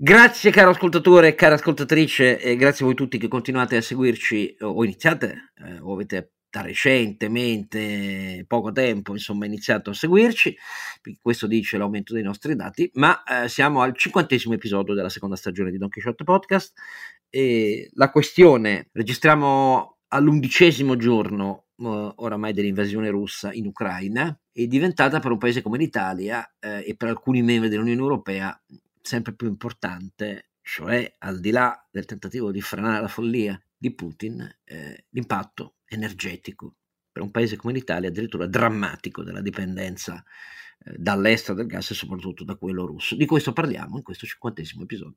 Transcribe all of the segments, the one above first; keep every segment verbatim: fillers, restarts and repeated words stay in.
Grazie caro ascoltatore e cara ascoltatrice, e grazie a voi tutti che continuate a seguirci o iniziate eh, o avete da recentemente, poco tempo, insomma, iniziato a seguirci, perché questo dice l'aumento dei nostri dati, ma eh, siamo al cinquantesimo episodio della seconda stagione di Don Chisciotte Podcast e la questione, registriamo all'undicesimo giorno eh, oramai dell'invasione russa in Ucraina, è diventata per un paese come l'Italia eh, e per alcuni membri dell'Unione Europea sempre più importante, cioè al di là del tentativo di frenare la follia di Putin, eh, l'impatto energetico per un paese come l'Italia, addirittura drammatico, della dipendenza eh, dall'estero del gas e soprattutto da quello russo. Di questo parliamo in questo cinquantesimo episodio.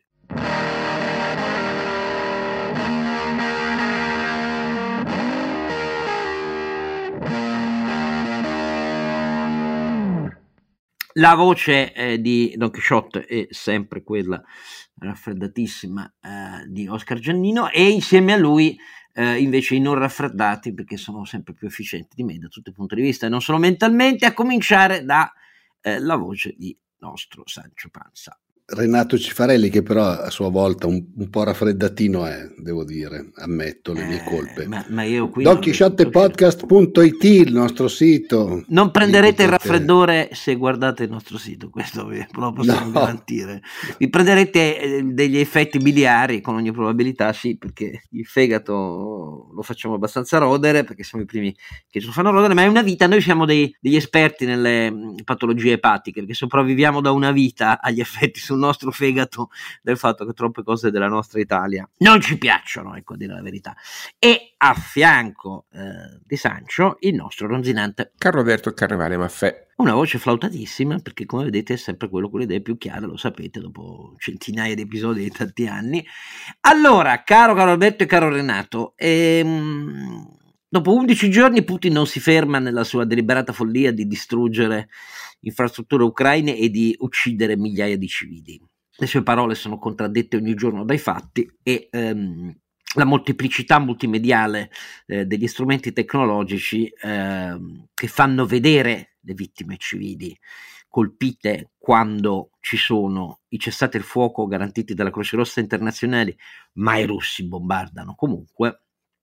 La voce eh, di Don Chisciotte è sempre quella raffreddatissima eh, di Oscar Giannino e insieme a lui eh, invece i non raffreddati, perché sono sempre più efficienti di me da tutti i punti di vista e non solo mentalmente, a cominciare da eh, la voce di nostro Sancio Panza. Renato Cifarelli, che però a sua volta un, un po' raffreddatino è, devo dire, ammetto le mie colpe. Eh, ma, ma io qui Don Chisciotte Podcast punto it, il nostro sito. Non prenderete il potete... raffreddore se guardate il nostro sito, questo vi lo possiamo no. garantire. Vi prenderete degli effetti biliari con ogni probabilità, sì, perché il fegato lo facciamo abbastanza rodere, perché siamo i primi che ci fanno rodere, ma è una vita, noi siamo dei, degli esperti nelle patologie epatiche, perché sopravviviamo da una vita agli effetti sul nostro fegato del fatto che troppe cose della nostra Italia non ci piacciono, ecco, a dire la verità. E a fianco eh, di Sancio il nostro ronzinante Carlo Alberto Carnevale Maffè, una voce flautatissima, perché come vedete è sempre quello con le idee più chiare, lo sapete dopo centinaia di episodi di tanti anni. Allora, caro Carlo Alberto e caro Renato, ehm, dopo undici giorni Putin non si ferma nella sua deliberata follia di distruggere infrastrutture ucraine e di uccidere migliaia di civili. Le sue parole sono contraddette ogni giorno dai fatti e ehm, la molteplicità multimediale eh, degli strumenti tecnologici eh, che fanno vedere le vittime civili colpite quando ci sono i cessate il fuoco garantiti dalla Croce Rossa internazionale, ma i russi bombardano comunque,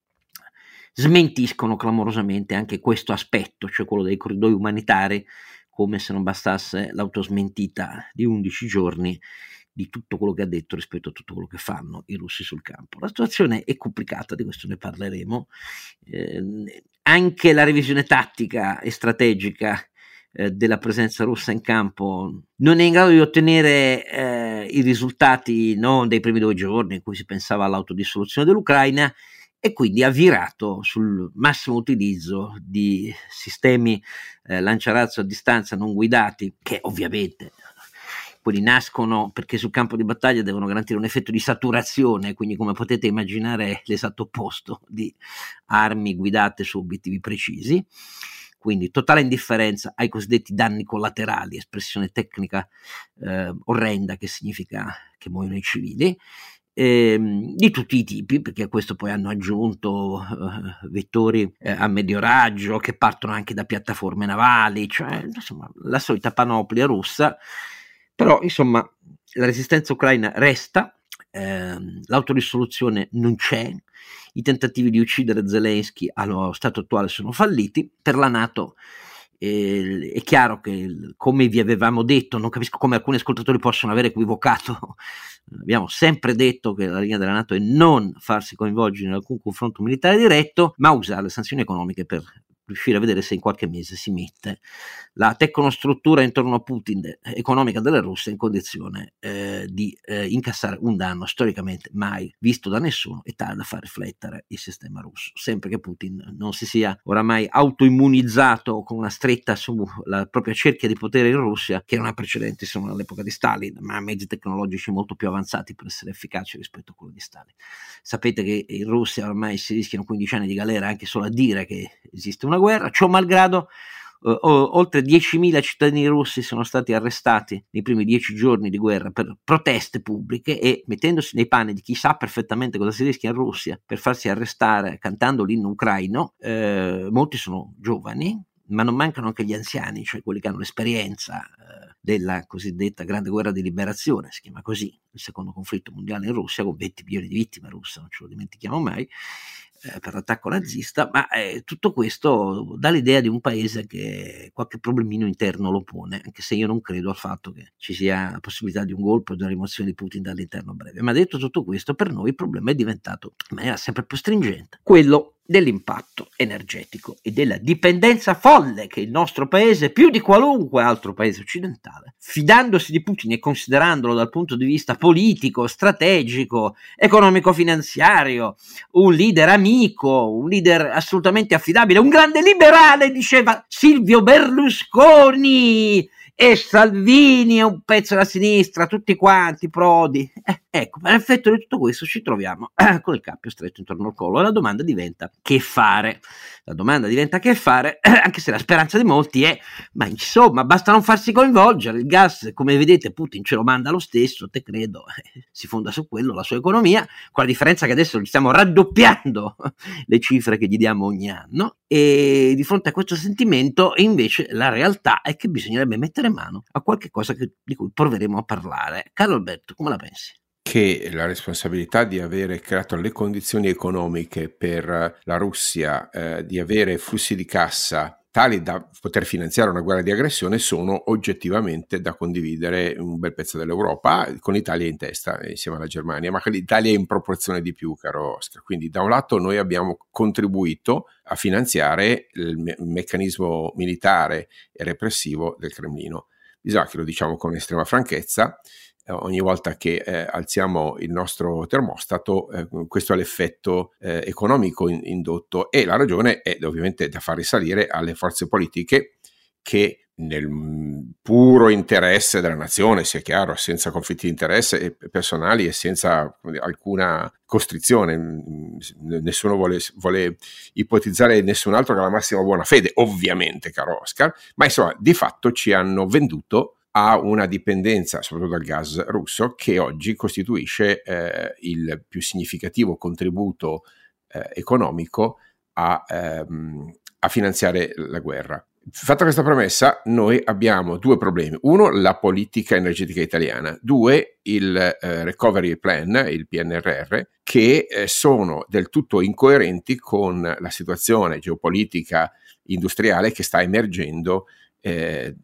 smentiscono clamorosamente anche questo aspetto, cioè quello dei corridoi umanitari, come se non bastasse l'autosmentita di undici giorni di tutto quello che ha detto rispetto a tutto quello che fanno i russi sul campo. La situazione è complicata, di questo ne parleremo. Eh, anche la revisione tattica e strategica eh, della presenza russa in campo non è in grado di ottenere eh, i risultati no, dei primi due giorni in cui si pensava all'autodissoluzione dell'Ucraina, e quindi ha virato sul massimo utilizzo di sistemi eh, lanciarazzo a distanza non guidati, che ovviamente quelli nascono perché sul campo di battaglia devono garantire un effetto di saturazione, quindi come potete immaginare è l'esatto opposto di armi guidate su obiettivi precisi, quindi totale indifferenza ai cosiddetti danni collaterali, espressione tecnica eh, orrenda che significa che muoiono i civili, Eh, di tutti i tipi, perché a questo poi hanno aggiunto eh, vettori eh, a medio raggio che partono anche da piattaforme navali, cioè insomma la solita panoplia russa. Però insomma la resistenza ucraina resta, ehm, l'autodissoluzione non c'è, i tentativi di uccidere Zelensky allo stato attuale sono falliti. Per la NATO eh, è chiaro che, come vi avevamo detto, non capisco come alcuni ascoltatori possono aver equivocato, abbiamo sempre detto che la linea della NATO è non farsi coinvolgere in alcun confronto militare diretto, ma usare le sanzioni economiche per riuscire a vedere se in qualche mese si mette la tecnostruttura intorno a Putin de, economica della Russia in condizione eh, di eh, incassare un danno storicamente mai visto da nessuno e tale da far riflettere il sistema russo, sempre che Putin non si sia oramai autoimmunizzato con una stretta sulla propria cerchia di potere in Russia, che non ha precedenti se non all'epoca di Stalin, ma ha mezzi tecnologici molto più avanzati per essere efficaci rispetto a quello di Stalin. Sapete che in Russia ormai si rischiano quindici anni di galera anche solo a dire che esiste una guerra. Ciò malgrado Uh, oltre diecimila cittadini russi sono stati arrestati nei primi dieci giorni di guerra per proteste pubbliche, e mettendosi nei panni di chi sa perfettamente cosa si rischia in Russia per farsi arrestare cantando l'inno ucraino, eh, molti sono giovani, ma non mancano anche gli anziani, cioè quelli che hanno l'esperienza eh, della cosiddetta Grande Guerra di Liberazione, si chiama così, il secondo conflitto mondiale in Russia, con venti milioni di vittime russe, non ce lo dimentichiamo mai, eh, per l'attacco nazista, ma eh, tutto questo dà l'idea di un paese che qualche problemino interno lo pone, anche se io non credo al fatto che ci sia la possibilità di un golpe o di una rimozione di Putin dall'interno a breve. Ma detto tutto questo, per noi il problema è diventato in maniera sempre più stringente quello dell'impatto energetico e della dipendenza folle che il nostro paese, più di qualunque altro paese occidentale, fidandosi di Putin e considerandolo dal punto di vista politico, strategico, economico-finanziario, un leader amico, un leader assolutamente affidabile, un grande liberale, diceva Silvio Berlusconi, e Salvini è un pezzo della sinistra, tutti quanti, Prodi. Eh, ecco, per effetto di tutto questo ci troviamo eh, con il cappio stretto intorno al collo e la domanda diventa che fare? La domanda diventa che fare, eh, anche se la speranza di molti è, ma insomma, basta non farsi coinvolgere, il gas, come vedete, Putin ce lo manda lo stesso, te credo, eh, si fonda su quello la sua economia, con la differenza che adesso gli stiamo raddoppiando le cifre che gli diamo ogni anno, e di fronte a questo sentimento invece la realtà è che bisognerebbe mettere mano a qualche cosa che, di cui proveremo a parlare. Carlo Alberto, come la pensi? Che la responsabilità di avere creato le condizioni economiche per la Russia eh, di avere flussi di cassa tali da poter finanziare una guerra di aggressione sono oggettivamente da condividere un bel pezzo dell'Europa, con l'Italia in testa insieme alla Germania, ma che l'Italia è in proporzione di più, caro Oscar. Quindi da un lato noi abbiamo contribuito a finanziare il me- meccanismo militare e repressivo del Cremlino. Bisogna che lo diciamo con estrema franchezza. Ogni volta che eh, alziamo il nostro termostato, eh, questo è l'effetto eh, economico in, indotto, e la ragione è ovviamente da far risalire alle forze politiche che nel puro interesse della nazione, sia chiaro, senza conflitti di interesse personali e senza alcuna costrizione, nessuno vuole, vuole ipotizzare nessun altro che la massima buona fede, ovviamente, caro Oscar, ma insomma di fatto ci hanno venduto a una dipendenza, soprattutto dal gas russo, che oggi costituisce eh, il più significativo contributo eh, economico a, ehm, a finanziare la guerra. Fatta questa premessa, noi abbiamo due problemi. Uno, la politica energetica italiana. Due, il eh, recovery plan, il P N R R, che eh, sono del tutto incoerenti con la situazione geopolitica industriale che sta emergendo Eh,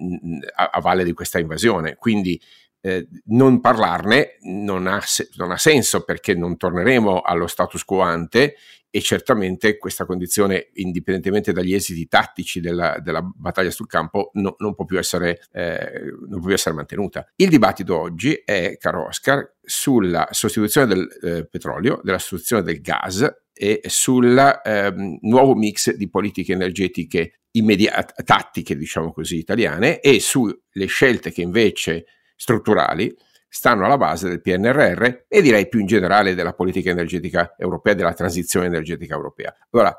a, a valle di questa invasione. Quindi eh, non parlarne non ha, non ha senso, perché non torneremo allo status quo ante, e certamente questa condizione, indipendentemente dagli esiti tattici della, della battaglia sul campo, no, non può più essere eh, non può più essere mantenuta. Il dibattito oggi è, caro Oscar, sulla sostituzione del eh, petrolio, della sostituzione del gas e sul eh, nuovo mix di politiche energetiche immediate, tattiche, diciamo così, italiane, e sulle scelte che invece strutturali stanno alla base del P N R R e direi più in generale della politica energetica europea, della transizione energetica europea. Allora,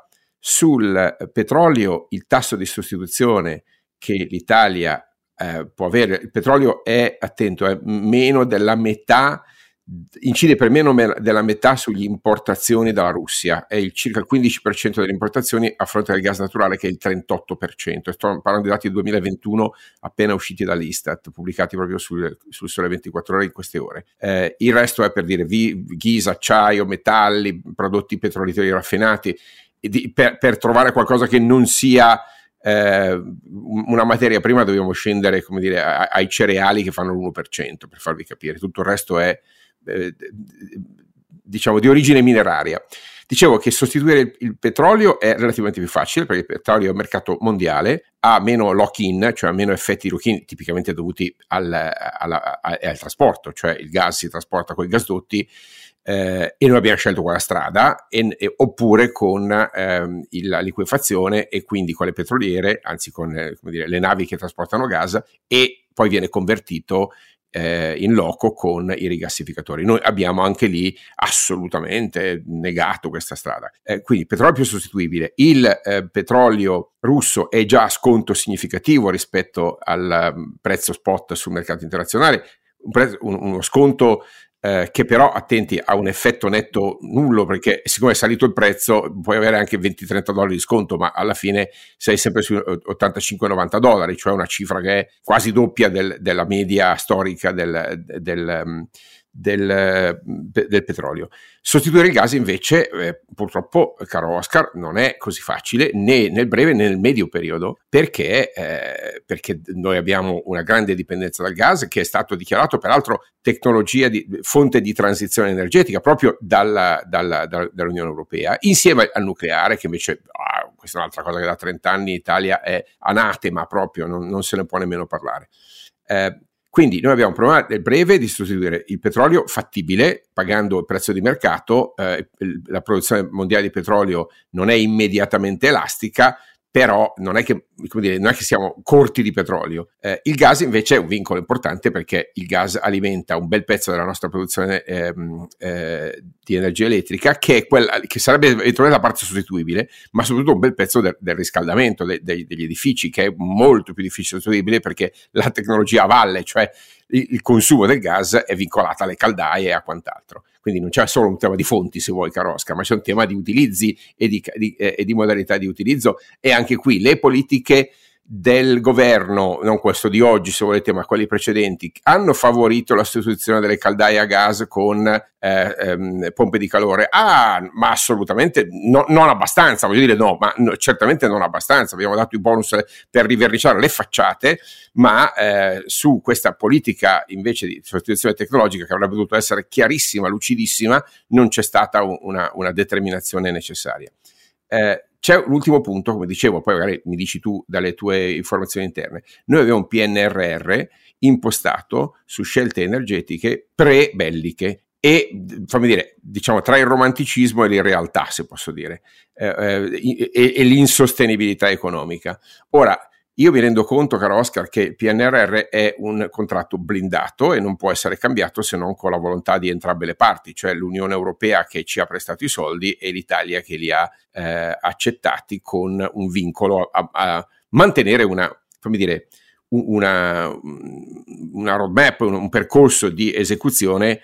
sul petrolio, il tasso di sostituzione che l'Italia eh, può avere, il petrolio è, attento, è meno della metà, incide per meno della metà sugli importazioni dalla Russia, è il circa il quindici per cento delle importazioni a fronte del gas naturale che è il trentotto per cento. Sto parlando di dati del duemilaventuno appena usciti dall'Istat, pubblicati proprio sul, sul Sole ventiquattro Ore in queste ore. Eh, il resto è per dire vi, ghisa, acciaio, metalli, prodotti petroliferi raffinati, e di, per, per trovare qualcosa che non sia eh, una materia prima dobbiamo scendere, come dire, ai, ai cereali che fanno l'uno per cento, per farvi capire. Tutto il resto è Eh, diciamo di origine mineraria. Dicevo che sostituire il, il petrolio è relativamente più facile, perché il petrolio è un mercato mondiale, ha meno lock-in, cioè ha meno effetti lock-in tipicamente dovuti al, alla, al, al trasporto, cioè il gas si trasporta con i gasdotti eh, e noi abbiamo scelto quella strada, e, e, oppure con ehm, il, la liquefazione, e quindi con le petroliere, anzi con eh, come dire, le navi che trasportano gas, e poi viene convertito Eh, in loco con i rigassificatori. Noi abbiamo anche lì assolutamente negato questa strada. Eh, quindi petrolio più sostituibile. Il eh, petrolio russo è già a sconto significativo rispetto al um, prezzo spot sul mercato internazionale, un prezzo, un, uno sconto eh, che però, attenti, ha un effetto netto nullo, perché siccome è salito il prezzo puoi avere anche venti trenta dollari di sconto, ma alla fine sei sempre su ottantacinque novanta dollari, cioè una cifra che è quasi doppia del, della media storica del, del Del, del petrolio. Sostituire il gas invece eh, purtroppo, caro Oscar, non è così facile né nel breve né nel medio periodo, perché, eh, perché noi abbiamo una grande dipendenza dal gas, che è stato dichiarato peraltro tecnologia di fonte di transizione energetica proprio dalla, dalla, dalla, dall'Unione Europea, insieme al nucleare, che invece ah, questa è un'altra cosa che da trenta anni in Italia è anatema proprio, non, non se ne può nemmeno parlare. eh, Quindi noi abbiamo un problema nel breve di sostituire il petrolio fattibile, pagando il prezzo di mercato. Eh, la produzione mondiale di petrolio non è immediatamente elastica, però non è che, come dire, non è che siamo corti di petrolio. Eh, il gas invece è un vincolo importante, perché il gas alimenta un bel pezzo della nostra produzione ehm, eh, di energia elettrica, che è quella che sarebbe eventualmente la parte sostituibile, ma soprattutto un bel pezzo del, del riscaldamento de, de, degli edifici, che è molto più difficile sostituibile, perché la tecnologia a valle, cioè il, il consumo del gas, è vincolata alle caldaie e a quant'altro. Quindi non c'è solo un tema di fonti, se vuoi, caro Oscar, ma c'è un tema di utilizzi e di, di, eh, e di modalità di utilizzo, e anche qui le politiche del governo, non questo di oggi se volete, ma quelli precedenti, hanno favorito la sostituzione delle caldaie a gas con eh, ehm, pompe di calore. Ah, ma assolutamente no, non abbastanza, voglio dire no, ma no, certamente non abbastanza. Abbiamo dato i bonus per riverniciare le facciate, ma eh, su questa politica invece di sostituzione tecnologica, che avrebbe dovuto essere chiarissima, lucidissima, non c'è stata una, una determinazione necessaria. Eh, C'è un ultimo punto, come dicevo, poi magari mi dici tu dalle tue informazioni interne. Noi abbiamo un P N R R impostato su scelte energetiche pre-belliche e, fammi dire, diciamo tra il romanticismo e l'irrealtà, se posso dire, eh, e, e l'insostenibilità economica. Ora, io mi rendo conto, caro Oscar, che il P N R R è un contratto blindato e non può essere cambiato se non con la volontà di entrambe le parti, cioè l'Unione Europea che ci ha prestato i soldi e l'Italia che li ha eh, accettati, con un vincolo a, a mantenere una, fammi dire, una, una roadmap, un, un percorso di esecuzione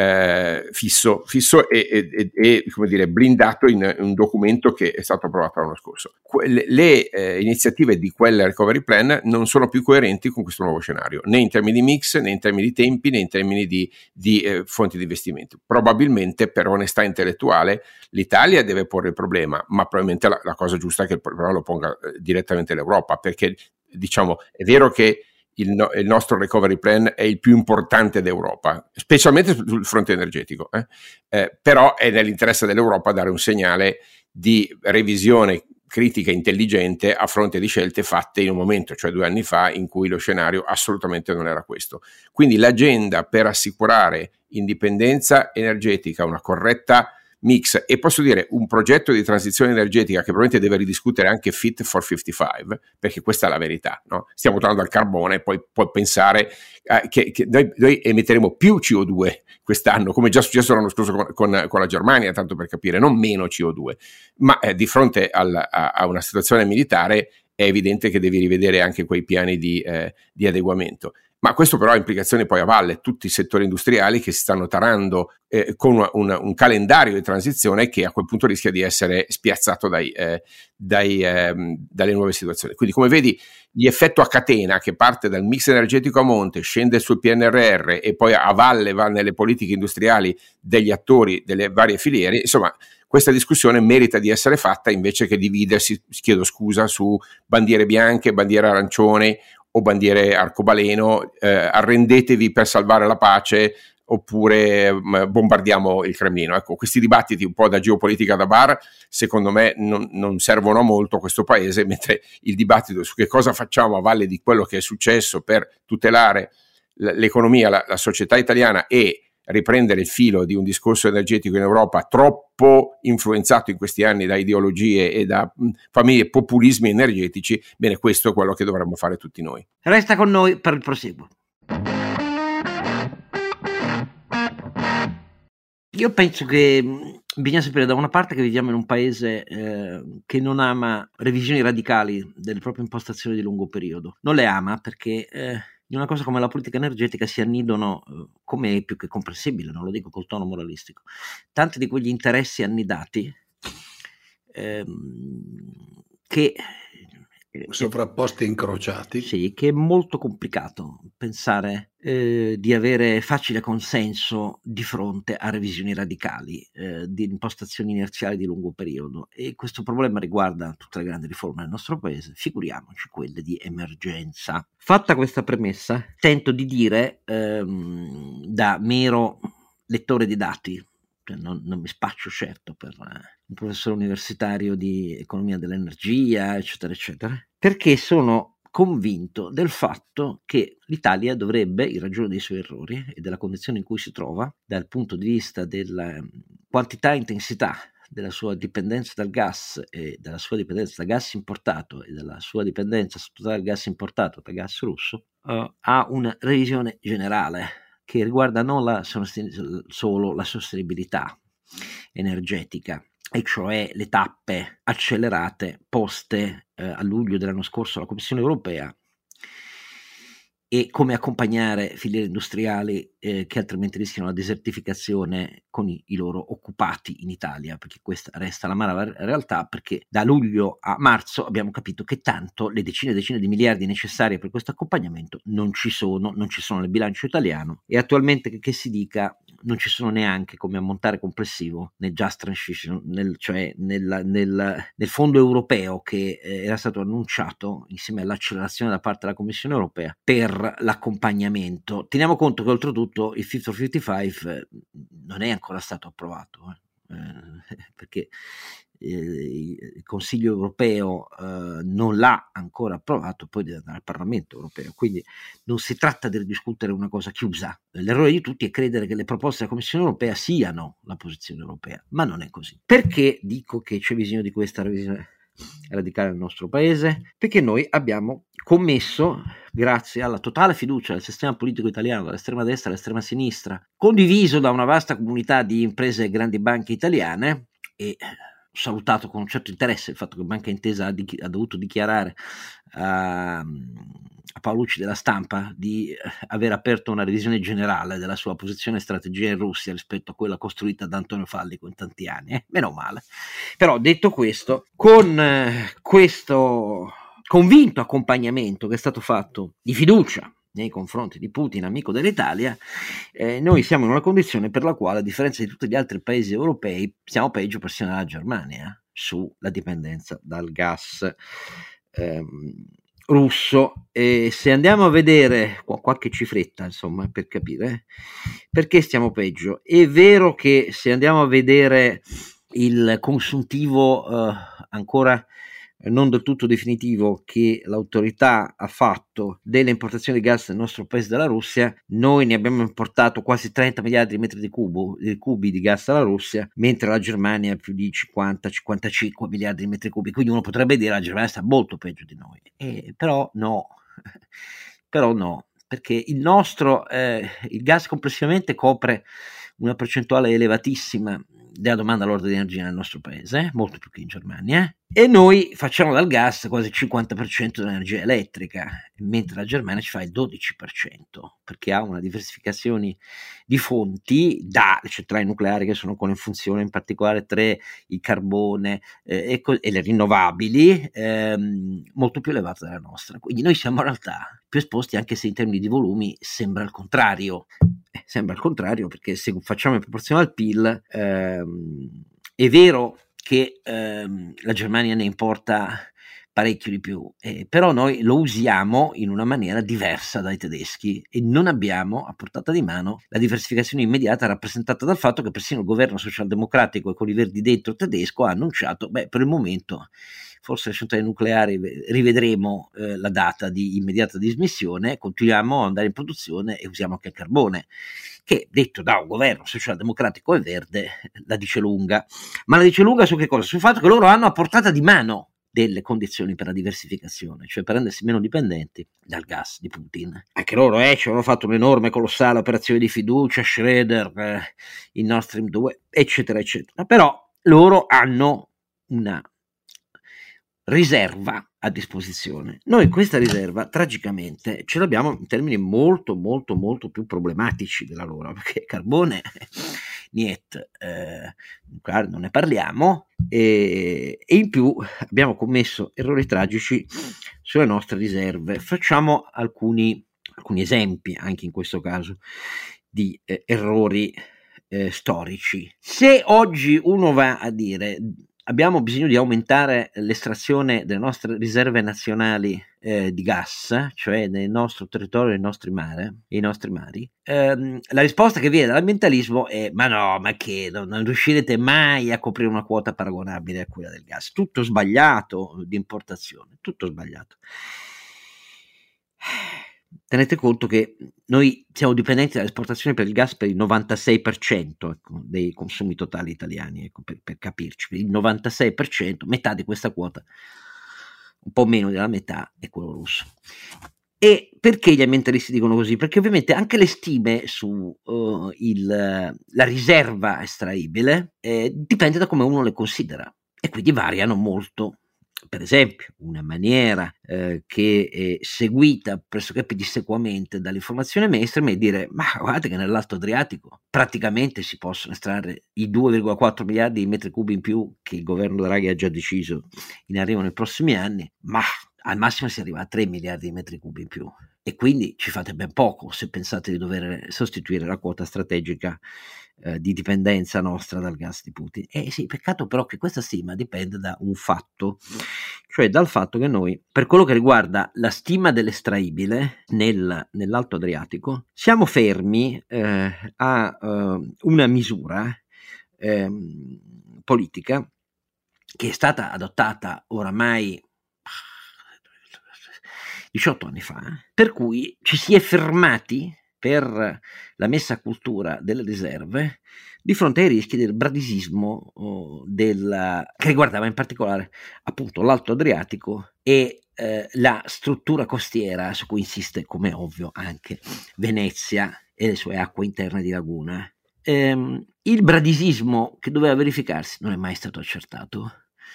eh, fisso, fisso e, e, e come dire, blindato in, in un documento che è stato approvato l'anno scorso. Que- le eh, iniziative di quel recovery plan non sono più coerenti con questo nuovo scenario, né in termini di mix, né in termini di tempi, né in termini di, di eh, fonti di investimento. Probabilmente, per onestà intellettuale, l'Italia deve porre il problema, ma probabilmente la, la cosa giusta è che il problema lo ponga eh, direttamente l'Europa, perché diciamo, è vero che il, no, il nostro recovery plan è il più importante d'Europa, specialmente sul fronte energetico, eh? Eh, però è nell'interesse dell'Europa dare un segnale di revisione critica intelligente a fronte di scelte fatte in un momento, cioè due anni fa, in cui lo scenario assolutamente non era questo. Quindi l'agenda per assicurare indipendenza energetica, una corretta mix e posso dire un progetto di transizione energetica che probabilmente deve ridiscutere anche Fit for cinquantacinque, perché questa è la verità, no? Stiamo tornando al carbone e poi puoi pensare eh, che, che noi, noi emetteremo più C O due quest'anno, come già successo l'anno scorso con, con, con la Germania, tanto per capire, non meno C O due, ma eh, di fronte al, a, a una situazione militare è evidente che devi rivedere anche quei piani di, eh, di adeguamento. Ma questo però ha implicazioni poi a valle, tutti i settori industriali che si stanno tarando eh, con una, una, un calendario di transizione che a quel punto rischia di essere spiazzato dai, eh, dai, eh, dalle nuove situazioni. Quindi come vedi l'effetto a catena che parte dal mix energetico a monte, scende sul P N R R e poi a valle va nelle politiche industriali degli attori delle varie filiere, insomma questa discussione merita di essere fatta invece che dividersi, chiedo scusa, su bandiere bianche, bandiere arancione o bandiere arcobaleno, eh, arrendetevi per salvare la pace oppure mh, bombardiamo il Cremlino. Ecco, questi dibattiti un po' da geopolitica da bar secondo me non, non servono a molto a questo paese, mentre il dibattito su che cosa facciamo a valle di quello che è successo per tutelare l- l'economia, la, la società italiana e riprendere il filo di un discorso energetico in Europa troppo influenzato in questi anni da ideologie e da mh, famiglie populismi energetici, bene, questo è quello che dovremmo fare tutti noi. Resta con noi per il proseguo. Io penso che bisogna sapere da una parte che viviamo in un paese eh, che non ama revisioni radicali delle proprie impostazioni di lungo periodo. Non le ama perché eh, di una cosa come la politica energetica si annidono, eh, come è più che comprensibile, non lo dico col tono moralistico, tanti di quegli interessi annidati ehm, che sovrapposti e incrociati. Sì, che è molto complicato pensare eh, di avere facile consenso di fronte a revisioni radicali eh, di impostazioni inerziali di lungo periodo, e questo problema riguarda tutte le grandi riforme del nostro paese, figuriamoci quelle di emergenza. Fatta questa premessa, tento di dire ehm, da mero lettore di dati, cioè non, non mi spaccio certo per eh, un professore universitario di economia dell'energia, eccetera, eccetera, perché sono convinto del fatto che l'Italia dovrebbe, in ragione dei suoi errori e della condizione in cui si trova, dal punto di vista della quantità e intensità della sua dipendenza dal gas e della sua dipendenza da gas importato e della sua dipendenza totale dal gas importato da gas russo, uh, a una revisione generale che riguarda non la sosten- solo la sostenibilità energetica, e cioè le tappe accelerate poste eh, a luglio dell'anno scorso alla Commissione europea, e come accompagnare filiere industriali eh, che altrimenti rischiano la desertificazione con i, i loro occupati in Italia, perché questa resta l'amara realtà, perché da luglio a marzo abbiamo capito che tanto le decine e decine di miliardi necessarie per questo accompagnamento non ci sono, non ci sono nel bilancio italiano, e attualmente che, che si dica non ci sono neanche come ammontare complessivo nel Just Transition, nel, cioè nel, nel, nel fondo europeo che eh, era stato annunciato insieme all'accelerazione da parte della Commissione europea per l'accompagnamento. Teniamo conto che oltretutto il Fit for cinquantacinque non è ancora stato approvato, eh, eh, perché eh, il Consiglio europeo eh, non l'ha ancora approvato, poi deve andare al Parlamento europeo, quindi non si tratta di discutere una cosa chiusa. L'errore di tutti è credere che le proposte della Commissione europea siano la posizione europea, ma non è così. Perché dico che c'è bisogno di questa revisione radicale nel nostro paese? Perché noi abbiamo commesso, grazie alla totale fiducia del sistema politico italiano, dall'estrema destra all'estrema sinistra, condiviso da una vasta comunità di imprese e grandi banche italiane, e salutato con un certo interesse il fatto che Banca Intesa ha, di, ha dovuto dichiarare a, a Paolucci della Stampa di aver aperto una revisione generale della sua posizione e strategia in Russia rispetto a quella costruita da Antonio Fallico in tanti anni, eh? Meno male. Però detto questo, con eh, questo convinto accompagnamento che è stato fatto di fiducia nei confronti di Putin, amico dell'Italia, eh, noi siamo in una condizione per la quale, a differenza di tutti gli altri paesi europei, siamo peggio persino della Germania sulla dipendenza dal gas ehm, russo. E se andiamo a vedere qualche cifretta, insomma, per capire perché stiamo peggio, è vero che se andiamo a vedere il consuntivo eh, ancora non del tutto definitivo che l'autorità ha fatto delle importazioni di gas nel nostro paese dalla Russia, noi ne abbiamo importato quasi trenta miliardi di metri di, cubo, di cubi di gas dalla Russia, mentre la Germania ha più di cinquanta cinquantacinque miliardi di metri cubi, quindi uno potrebbe dire che la Germania sta molto peggio di noi, eh, però no, però no, perché il nostro, eh, il gas complessivamente copre una percentuale elevatissima della domanda all'ordine di energia nel nostro paese, molto più che in Germania, e noi facciamo dal gas quasi il cinquanta per cento dell'energia elettrica, mentre la Germania ci fa il dodici per cento, perché ha una diversificazione di fonti dalle centrali nucleari che sono ancora in funzione, in particolare tre, il carbone eh, e, co- e le rinnovabili, ehm, molto più elevata della nostra. Quindi noi siamo in realtà più esposti, anche se in termini di volumi sembra il contrario. Eh, sembra il contrario, perché se facciamo in proporzione al P I L, ehm, è vero che ehm, la Germania ne importa parecchio di più, eh, però noi lo usiamo in una maniera diversa dai tedeschi e non abbiamo a portata di mano la diversificazione immediata rappresentata dal fatto che persino il governo socialdemocratico e con i verdi dentro tedesco ha annunciato, beh, per il momento forse le centrali nucleari rivedremo eh, la data di immediata dismissione, continuiamo ad andare in produzione e usiamo anche il carbone, che detto da un governo socialdemocratico e verde la dice lunga. Ma la dice lunga su che cosa? Sul fatto che loro hanno a portata di mano delle condizioni per la diversificazione, cioè per rendersi meno dipendenti dal gas di Putin. Anche loro eh, ci hanno fatto un'enorme, colossale operazione di fiducia, Schroeder, eh, il Nord Stream due, eccetera, eccetera. Però loro hanno una riserva a disposizione. Noi questa riserva tragicamente ce l'abbiamo in termini molto molto molto più problematici della loro, perché carbone niet, eh, non ne parliamo, e, e in più abbiamo commesso errori tragici sulle nostre riserve. Facciamo alcuni, alcuni esempi anche in questo caso di eh, errori eh, storici. Se oggi uno va a dire abbiamo bisogno di aumentare l'estrazione delle nostre riserve nazionali eh, di gas, cioè nel nostro territorio, nei nostri mari, i nostri mari, ehm, la risposta che viene dall'ambientalismo è ma no, ma che non, non riuscirete mai a coprire una quota paragonabile a quella del gas. Tutto sbagliato di importazione, tutto sbagliato. Tenete conto che noi siamo dipendenti dall'esportazione per il gas per il novantasei per cento ecco, dei consumi totali italiani, ecco, per, per capirci, per il novantasei per cento, metà di questa quota, un po' meno della metà, è quello russo. E perché gli ambientalisti dicono così? Perché ovviamente anche le stime su uh, il, la riserva estraibile eh, dipende da come uno le considera e quindi variano molto. Per esempio, una maniera eh, che è seguita pressoché pedissequamente dall'informazione mainstream è dire ma guardate che nell'Alto Adriatico praticamente si possono estrarre i due virgola quattro miliardi di metri cubi in più che il governo Draghi ha già deciso in arrivo nei prossimi anni, ma al massimo si arriva a tre miliardi di metri cubi in più e quindi ci fate ben poco se pensate di dover sostituire la quota strategica eh, di dipendenza nostra dal gas di Putin. E sì, peccato però che questa stima dipende da un fatto, cioè dal fatto che noi, per quello che riguarda la stima dell'estraibile nel, nell'Alto Adriatico, siamo fermi eh, a uh, una misura eh, politica che è stata adottata oramai diciotto anni fa, per cui ci si è fermati per la messa a cultura delle riserve di fronte ai rischi del bradisismo oh, del, che riguardava in particolare appunto l'Alto Adriatico e eh, la struttura costiera su cui insiste, come ovvio, anche Venezia e le sue acque interne di laguna. Ehm, il bradisismo che doveva verificarsi non è mai stato accertato.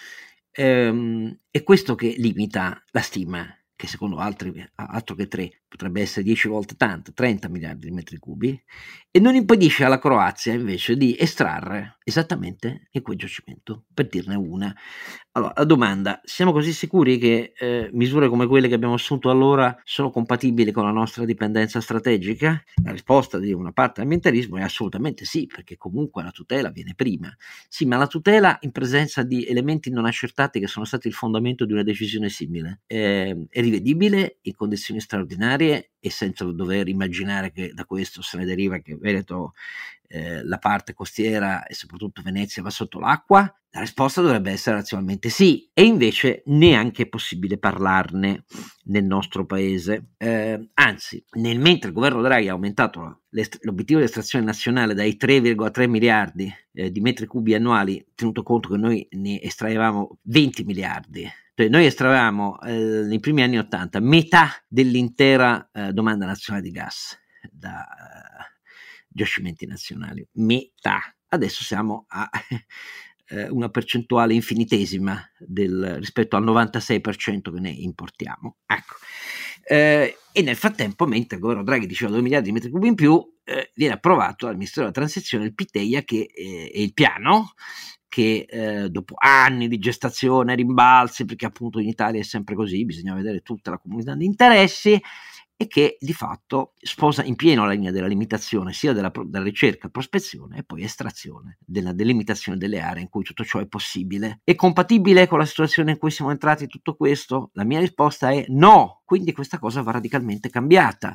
Ehm, è questo che limita la stima, che secondo altri, altro che tre, potrebbe essere dieci volte tanto, trenta miliardi di metri cubi, e non impedisce alla Croazia invece di estrarre esattamente in quel giacimento, per dirne una. Allora, la domanda, siamo così sicuri che eh, misure come quelle che abbiamo assunto allora sono compatibili con la nostra dipendenza strategica? La risposta di una parte dell'ambientalismo è assolutamente sì, perché comunque la tutela viene prima. Sì, ma la tutela in presenza di elementi non accertati che sono stati il fondamento di una decisione simile eh, è rivedibile in condizioni straordinarie e senza dover immaginare che da questo se ne deriva che Veneto, eh, la parte costiera e soprattutto Venezia va sotto l'acqua? La risposta dovrebbe essere razionalmente sì, e invece neanche è possibile parlarne nel nostro paese. Eh, anzi, nel mentre il governo Draghi ha aumentato l'obiettivo di estrazione nazionale dai tre virgola tre miliardi eh, di metri cubi annuali, tenuto conto che noi ne estraevamo venti miliardi, cioè noi estraevamo eh, nei primi anni ottanta metà dell'intera eh, domanda nazionale di gas da eh, giacimenti nazionali, metà. Adesso siamo a eh, una percentuale infinitesima del, rispetto al novantasei per cento che ne importiamo. Ecco. Eh, e nel frattempo, mentre il governo Draghi diceva due miliardi di metri cubi in più, eh, viene approvato dal Ministero della Transizione il Piteia, che eh, è il piano che eh, dopo anni di gestazione, rimbalzi, perché appunto in Italia è sempre così, bisogna vedere tutta la comunità di interessi, e che di fatto sposa in pieno la linea della limitazione sia della, della ricerca, prospezione e poi estrazione, della delimitazione delle aree in cui tutto ciò è possibile. È compatibile con la situazione in cui siamo entrati tutto questo? La mia risposta è no, quindi questa cosa va radicalmente cambiata,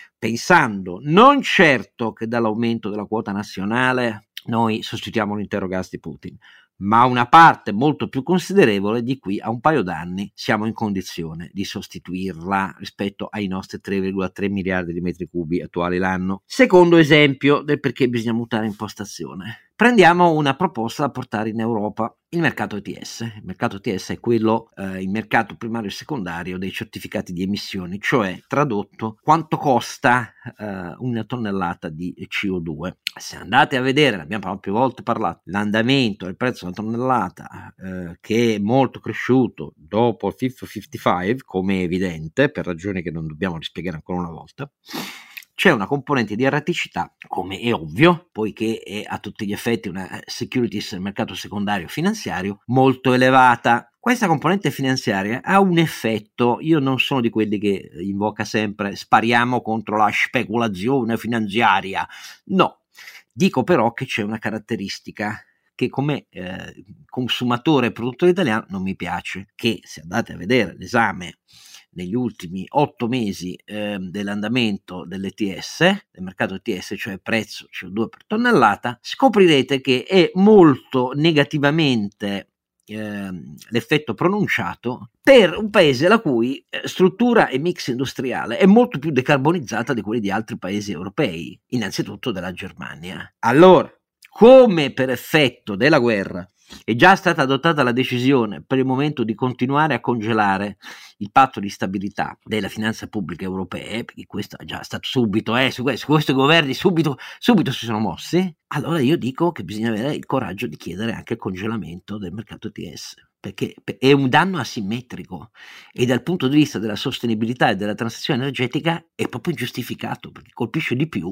pensando non certo che dall'aumento della quota nazionale noi sostituiamo l'intero gas di Putin, ma una parte molto più considerevole di qui a un paio d'anni siamo in condizione di sostituirla rispetto ai nostri tre virgola tre miliardi di metri cubi attuali l'anno. Secondo esempio del perché bisogna mutare impostazione. Prendiamo una proposta da portare in Europa, il mercato E T S. Il mercato E T S è quello, eh, il mercato primario e secondario dei certificati di emissioni, cioè tradotto quanto costa eh, una tonnellata di C O due. Se andate a vedere, ne abbiamo più volte parlato, l'andamento del prezzo della tonnellata eh, che è molto cresciuto dopo il Fit for cinquantacinque, come è evidente, per ragioni che non dobbiamo rispiegare ancora una volta, c'è una componente di erraticità, come è ovvio, poiché è a tutti gli effetti una securities del mercato secondario finanziario molto elevata. Questa componente finanziaria ha un effetto, io non sono di quelli che invoca sempre spariamo contro la speculazione finanziaria, no, dico però che c'è una caratteristica che come eh, consumatore e produttore italiano non mi piace, che se andate a vedere l'esame negli ultimi otto mesi eh, dell'andamento dell'E T S, del mercato E T S, cioè prezzo C O due per tonnellata, scoprirete che è molto negativamente eh, l'effetto pronunciato per un paese la cui eh, struttura e mix industriale è molto più decarbonizzata di quelli di altri paesi europei, innanzitutto della Germania. Allora, come per effetto della guerra è già stata adottata la decisione per il momento di continuare a congelare il patto di stabilità della finanza pubblica europea, perché questo è già stato subito, eh, su questo, questi governi subito, subito si sono mossi, allora io dico che bisogna avere il coraggio di chiedere anche il congelamento del mercato E T S, perché è un danno asimmetrico e dal punto di vista della sostenibilità e della transizione energetica è proprio ingiustificato, perché colpisce di più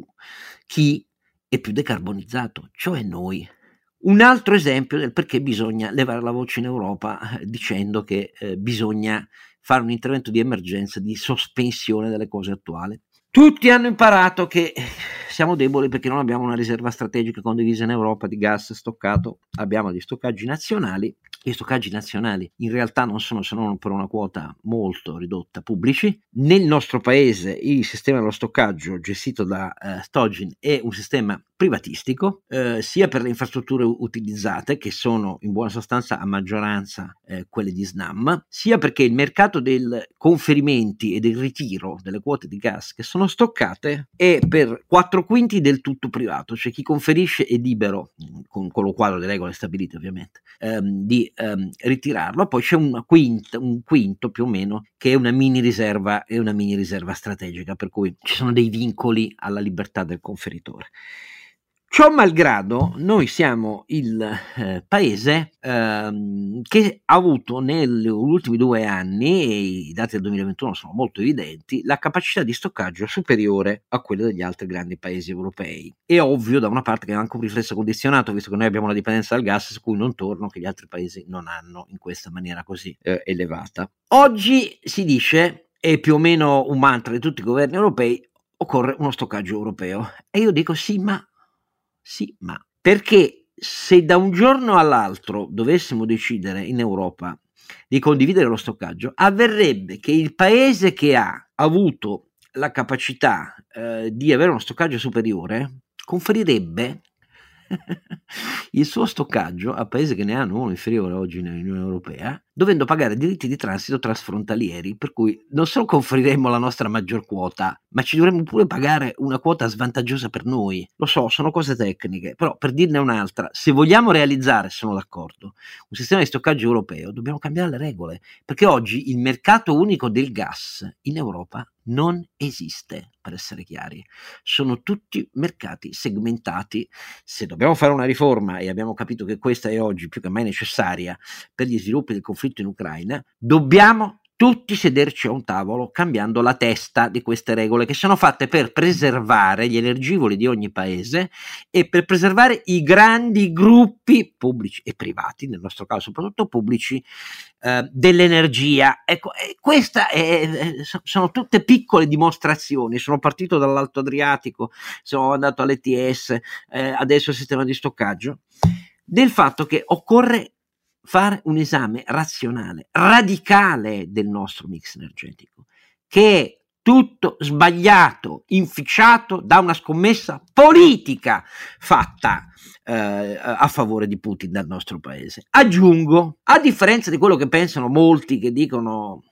chi è più decarbonizzato, cioè noi. Un altro esempio del perché bisogna levare la voce in Europa eh, dicendo che eh, bisogna fare un intervento di emergenza, di sospensione delle cose attuali. Tutti hanno imparato che siamo deboli perché non abbiamo una riserva strategica condivisa in Europa di gas stoccato, abbiamo gli stoccaggi nazionali. Gli stoccaggi nazionali in realtà non sono se non per una quota molto ridotta pubblici. Nel nostro paese il sistema dello stoccaggio gestito da eh, Stogin è un sistema privatistico, eh, sia per le infrastrutture utilizzate, che sono in buona sostanza a maggioranza eh, quelle di Snam, sia perché il mercato dei conferimenti e del ritiro delle quote di gas che sono stoccate è per quattro quinti del tutto privato, cioè chi conferisce è libero, con, con lo quadro di regole stabilite ovviamente, ehm, di ehm, ritirarlo, poi c'è una quinta, un quinto più o meno che è una mini riserva, è una mini riserva strategica, per cui ci sono dei vincoli alla libertà del conferitore. Ciò malgrado, noi siamo il eh, paese ehm, che ha avuto negli ultimi due anni, e i dati del duemilaventuno sono molto evidenti, la capacità di stoccaggio superiore a quella degli altri grandi paesi europei. È ovvio da una parte che è anche un riflesso condizionato, visto che noi abbiamo una dipendenza dal gas su cui non torno, che gli altri paesi non hanno in questa maniera così eh, elevata. Oggi si dice, è più o meno un mantra di tutti i governi europei, occorre uno stoccaggio europeo. E io dico sì, ma Sì, ma perché se da un giorno all'altro dovessimo decidere in Europa di condividere lo stoccaggio, avverrebbe che il paese che ha avuto la capacità eh, di avere uno stoccaggio superiore conferirebbe il suo stoccaggio a paesi che ne hanno uno inferiore oggi nell'Unione Europea, dovendo pagare diritti di transito trasfrontalieri, per cui non solo conferiremmo la nostra maggior quota, ma ci dovremmo pure pagare una quota svantaggiosa per noi. Lo so, sono cose tecniche, però per dirne un'altra, se vogliamo realizzare, sono d'accordo, un sistema di stoccaggio europeo, dobbiamo cambiare le regole, perché oggi il mercato unico del gas in Europa non esiste, per essere chiari. Sono tutti mercati segmentati. Se dobbiamo fare una riforma, e abbiamo capito che questa è oggi più che mai necessaria per gli sviluppi del conflitto in Ucraina, dobbiamo tutti sederci a un tavolo cambiando la testa di queste regole che sono fatte per preservare gli energivori di ogni paese e per preservare i grandi gruppi pubblici e privati, nel nostro caso soprattutto pubblici, eh, dell'energia. Ecco, e questa è, sono tutte piccole dimostrazioni. Sono partito dall'Alto Adriatico, sono andato all'E T S, eh, adesso il sistema di stoccaggio, del fatto che occorre fare un esame razionale, radicale del nostro mix energetico, che è tutto sbagliato, inficiato da una scommessa politica fatta eh, a favore di Putin dal nostro paese. Aggiungo, a differenza di quello che pensano molti che dicono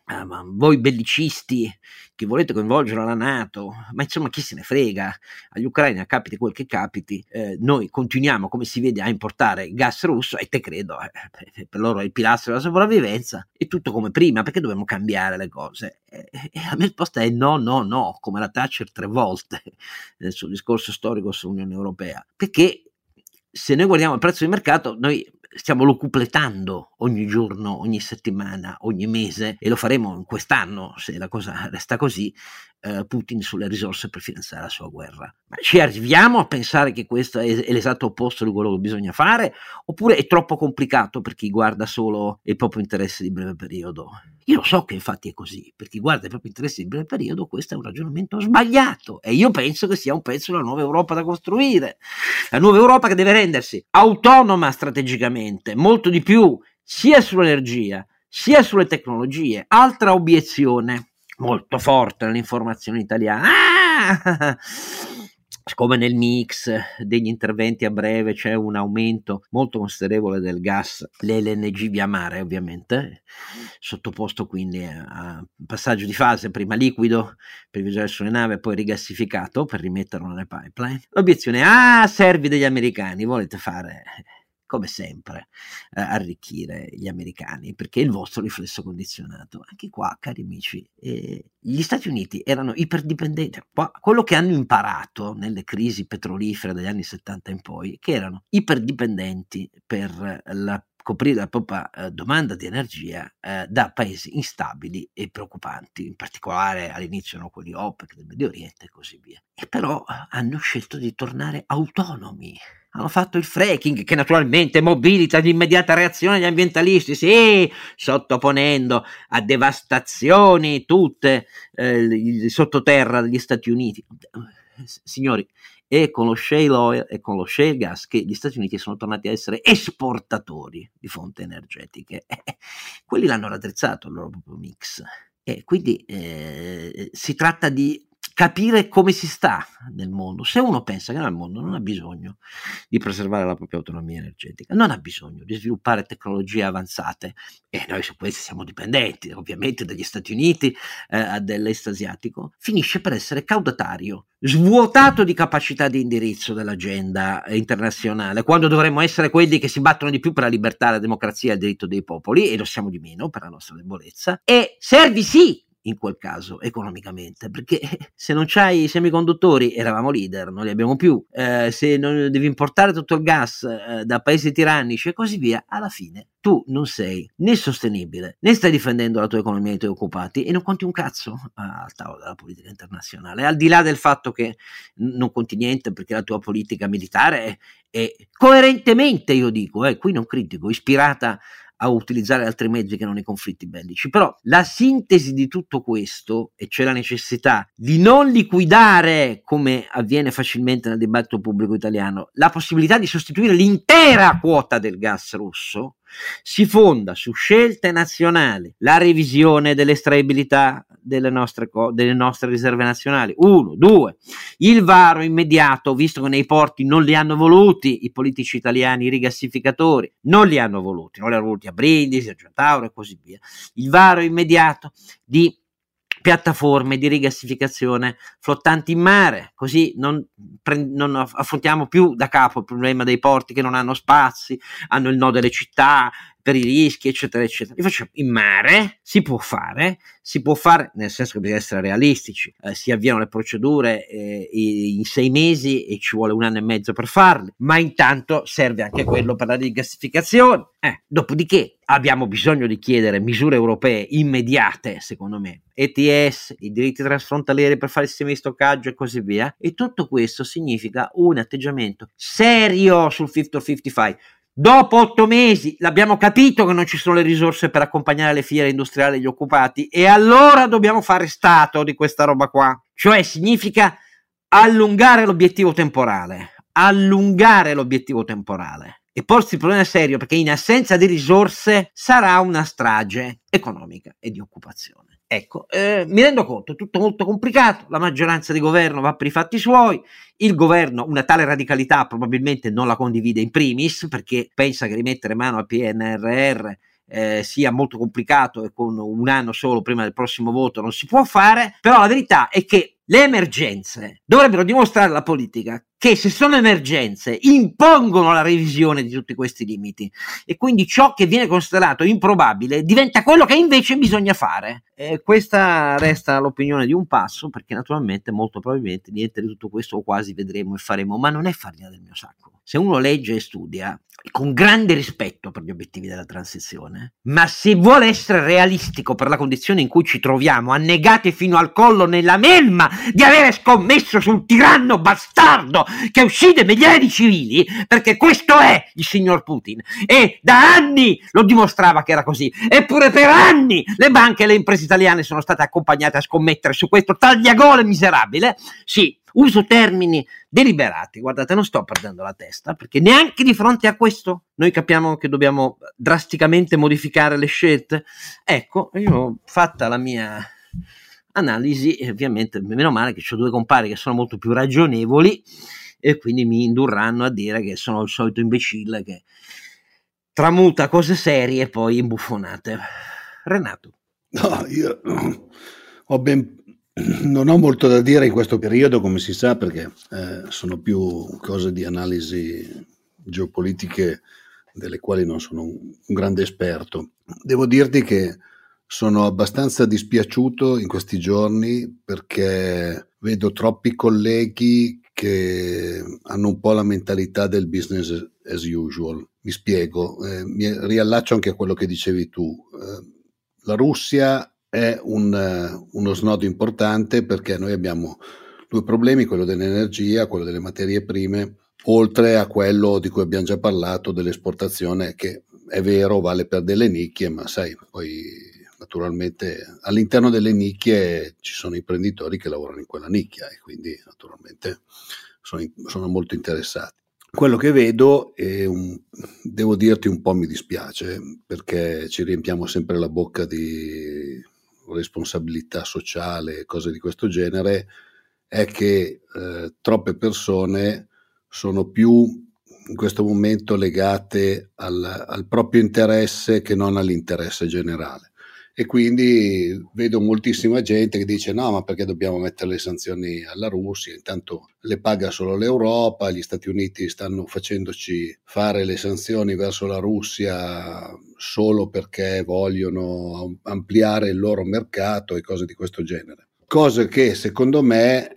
Ah, ma voi bellicisti che volete coinvolgere la NATO, ma insomma chi se ne frega, agli ucraini capiti quel che capiti, eh, noi continuiamo, come si vede, a importare il gas russo e te credo, eh, per loro è il pilastro della sopravvivenza, è tutto come prima, perché dobbiamo cambiare le cose? E, e la mia risposta è no, no, no, come la Thatcher tre volte eh, sul discorso storico sull'Unione Europea, perché se noi guardiamo il prezzo di mercato, noi stiamo locupletando ogni giorno, ogni settimana, ogni mese, e lo faremo in quest'anno se la cosa resta così, eh, Putin sulle risorse per finanziare la sua guerra. Ma ci arriviamo a pensare che questo è, è l'esatto opposto di quello che bisogna fare, oppure è troppo complicato per chi guarda solo il proprio interesse di breve periodo? Io lo so che infatti è così, per chi guarda i propri interessi di breve periodo questo è un ragionamento sbagliato, e io penso che sia un pezzo della nuova Europa da costruire, la nuova Europa che deve rendersi autonoma strategicamente, molto di più, sia sull'energia, sia sulle tecnologie. Altra obiezione molto forte nell'informazione italiana, ah! Come nel mix degli interventi a breve c'è un aumento molto considerevole del gas, l'L N G via mare ovviamente, sottoposto quindi a un passaggio di fase, prima liquido per viaggiare sulle navi, poi rigassificato per rimetterlo nelle pipeline. L'obiezione è: ah, servi degli americani, volete fare come sempre eh, arricchire gli americani, perché è il vostro riflesso condizionato. Anche qua, cari amici, eh, gli Stati Uniti erano iperdipendenti. Quello che hanno imparato nelle crisi petrolifere degli anni settanta in poi, che erano iperdipendenti per la coprire la propria eh, domanda di energia eh, da paesi instabili e preoccupanti, in particolare all'inizio erano quelli OPEC del Medio Oriente e così via. E però hanno scelto di tornare autonomi. Hanno fatto il fracking, che naturalmente mobilita l'immediata reazione degli ambientalisti, sì, sottoponendo a devastazioni tutte eh, il sottoterra degli Stati Uniti. Signori, è con lo shale oil e con lo shale gas che gli Stati Uniti sono tornati a essere esportatori di fonti energetiche. Eh, quelli l'hanno raddrizzato il loro proprio mix. E quindi eh, si tratta di capire come si sta nel mondo. Se uno pensa che nel mondo non ha bisogno di preservare la propria autonomia energetica, non ha bisogno di sviluppare tecnologie avanzate, e noi su queste siamo dipendenti ovviamente dagli Stati Uniti, eh, dell'est asiatico, finisce per essere caudatario, svuotato di capacità di indirizzo dell'agenda internazionale, quando dovremmo essere quelli che si battono di più per la libertà, la democrazia e il diritto dei popoli, e lo siamo di meno per la nostra debolezza. E servi sì in quel caso economicamente, perché se non c'hai i semiconduttori, eravamo leader, non li abbiamo più, eh, se non devi importare tutto il gas eh, da paesi tirannici e così via, alla fine tu non sei né sostenibile, né stai difendendo la tua economia e i tuoi occupati, e non conti un cazzo al tavolo della politica internazionale, al di là del fatto che non conti niente perché la tua politica militare è, è coerentemente, io dico, eh, qui non critico, ispirata a utilizzare altri mezzi che non i conflitti bellici. Però la sintesi di tutto questo, e c'è la necessità di non liquidare, come avviene facilmente nel dibattito pubblico italiano, la possibilità di sostituire l'intera quota del gas russo, si fonda su scelte nazionali, la revisione dell'estraibilità delle nostre, co- delle nostre riserve nazionali, uno, due, il varo immediato, visto che nei porti non li hanno voluti i politici italiani, i rigassificatori, non li hanno voluti, non li hanno voluti a Brindisi, a Gentauro e così via, il varo immediato di piattaforme di rigassificazione flottanti in mare, così non, pre- non affrontiamo più da capo il problema dei porti che non hanno spazi, hanno il no delle città per i rischi, eccetera, eccetera. Li facciamo in mare, si può fare, si può fare, nel senso che bisogna essere realistici, eh, si avviano le procedure eh, in sei mesi e ci vuole un anno e mezzo per farle, ma intanto serve anche quello per la rigassificazione. Eh, dopodiché abbiamo bisogno di chiedere misure europee immediate, secondo me, E T S, i diritti transfrontalieri per fare il sistema di stoccaggio e così via, e tutto questo significa un atteggiamento serio sul Fit for cinquantacinque. Dopo otto mesi l'abbiamo capito che non ci sono le risorse per accompagnare le filiere industriali e gli occupati, e allora dobbiamo fare stato di questa roba qua, cioè significa allungare l'obiettivo temporale, allungare l'obiettivo temporale e porsi il problema serio, perché in assenza di risorse sarà una strage economica e di occupazione. Ecco, eh, mi rendo conto, è tutto molto complicato, la maggioranza di governo va per i fatti suoi, il governo una tale radicalità probabilmente non la condivide in primis, perché pensa che rimettere mano al P N R R eh, sia molto complicato e con un anno solo prima del prossimo voto non si può fare, però la verità è che le emergenze dovrebbero dimostrare alla politica che se sono emergenze impongono la revisione di tutti questi limiti, e quindi ciò che viene considerato improbabile diventa quello che invece bisogna fare. E questa resta l'opinione di un passo, perché naturalmente molto probabilmente niente di tutto questo o quasi vedremo e faremo, ma non è farina del mio sacco. Se uno legge e studia con grande rispetto per gli obiettivi della transizione, ma se vuole essere realistico per la condizione in cui ci troviamo, annegati fino al collo nella melma di avere scommesso sul tiranno bastardo che uccide migliaia di civili, perché questo è il signor Putin, e da anni lo dimostrava che era così, eppure per anni le banche e le imprese italiane sono state accompagnate a scommettere su questo tagliagole miserabile. Sì, uso termini deliberati, guardate, non sto perdendo la testa, perché neanche di fronte a questo noi capiamo che dobbiamo drasticamente modificare le scelte. Ecco, io fatta la mia analisi, ovviamente meno male che ho due compari che sono molto più ragionevoli e quindi mi indurranno a dire che sono il solito imbecille che tramuta cose serie e poi imbuffonate. Renato. No, io ho ben non ho molto da dire in questo periodo, come si sa, perché eh, sono più cose di analisi geopolitiche delle quali non sono un, un grande esperto. Devo dirti che sono abbastanza dispiaciuto in questi giorni perché vedo troppi colleghi che hanno un po' la mentalità del business as usual. Mi spiego, eh, mi riallaccio anche a quello che dicevi tu. Eh, la Russia è un, uno snodo importante perché noi abbiamo due problemi, quello dell'energia, quello delle materie prime, oltre a quello di cui abbiamo già parlato dell'esportazione, che è vero vale per delle nicchie, ma sai, poi naturalmente all'interno delle nicchie ci sono imprenditori che lavorano in quella nicchia e quindi naturalmente sono, sono molto interessati. Quello che vedo, è un, devo dirti un po' mi dispiace, perché ci riempiamo sempre la bocca di responsabilità sociale, cose di questo genere, è che eh, troppe persone sono più in questo momento legate al, al proprio interesse che non all'interesse generale. E quindi vedo moltissima gente che dice no, ma perché dobbiamo mettere le sanzioni alla Russia, intanto le paga solo l'Europa, gli Stati Uniti stanno facendoci fare le sanzioni verso la Russia solo perché vogliono ampliare il loro mercato e cose di questo genere. Cose che secondo me